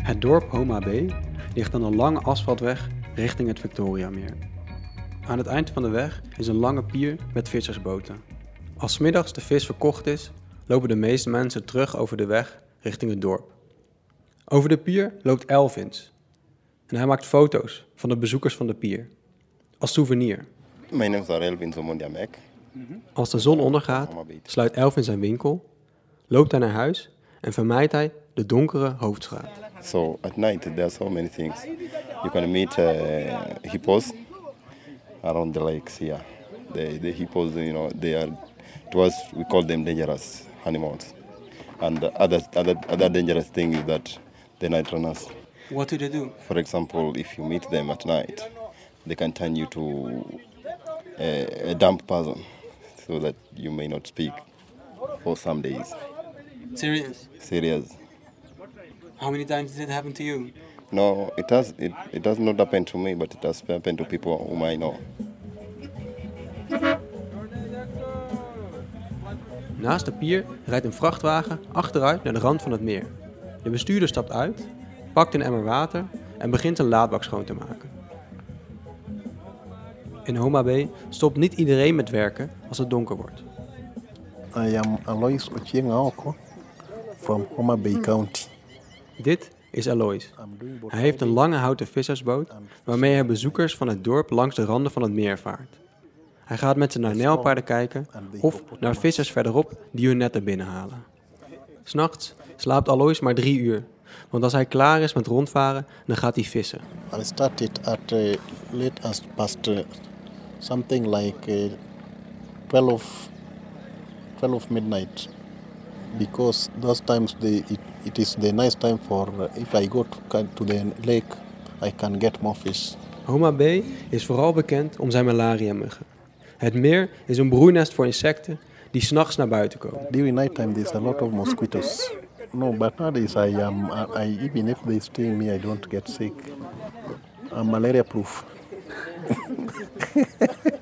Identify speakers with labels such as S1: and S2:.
S1: Het dorp Homa Bay ligt aan een lange asfaltweg richting het Victoriameer. Aan het eind van de weg is een lange pier met vissersboten. Als 's middags de vis verkocht is, lopen de meeste mensen terug over de weg richting het dorp. Over de pier loopt Elvins en hij maakt foto's van de bezoekers van de pier, als souvenir.
S2: My name is Elvin Omondiamek.
S1: Als de zon ondergaat, sluit Elvin zijn winkel, loopt hij naar huis en vermijdt hij de donkere hoofdstraat.
S2: So at night there are so many things. You can meet hippos around the lakes here. The hippos, they are, to us we call them dangerous animals. And the other dangerous thing is that they're night runners.
S1: What do they do?
S2: For example, if you meet them at night, they can turn you to a dumb person, so that you may not speak for some days. Serious.
S1: How many times did it happen to you?
S2: No, it does not happen to me, but it does happen to people whom I know.
S1: Naast de pier rijdt een vrachtwagen achteruit naar de rand van het meer. De bestuurder stapt uit, pakt een emmer water en begint een laadbak schoon te maken. In Homa Bay stopt niet iedereen met werken als het donker wordt.
S3: I am Alois Ochieng Aoko from Homa Bay County.
S1: Dit is Alois. Hij heeft een lange houten vissersboot waarmee hij bezoekers van het dorp langs de randen van het meer vaart. Hij gaat met ze naar nijlpaarden kijken of naar vissers verderop die hun netten binnenhalen. 'S Nachts slaapt Alois maar 3 uur, want als hij klaar is met rondvaren, dan gaat hij vissen.
S3: I started at late as past something like 12 midnight, because those times it is the nice time for if I go to the lake, I can get more fish.
S1: Homa Bay is vooral bekend om zijn malariamuggen. Het meer is een broeinest voor insecten die 's nachts naar buiten komen.
S3: During night time there's a lot of mosquitoes. No, but nowadays even if they sting me, I don't get sick. I'm malaria proof.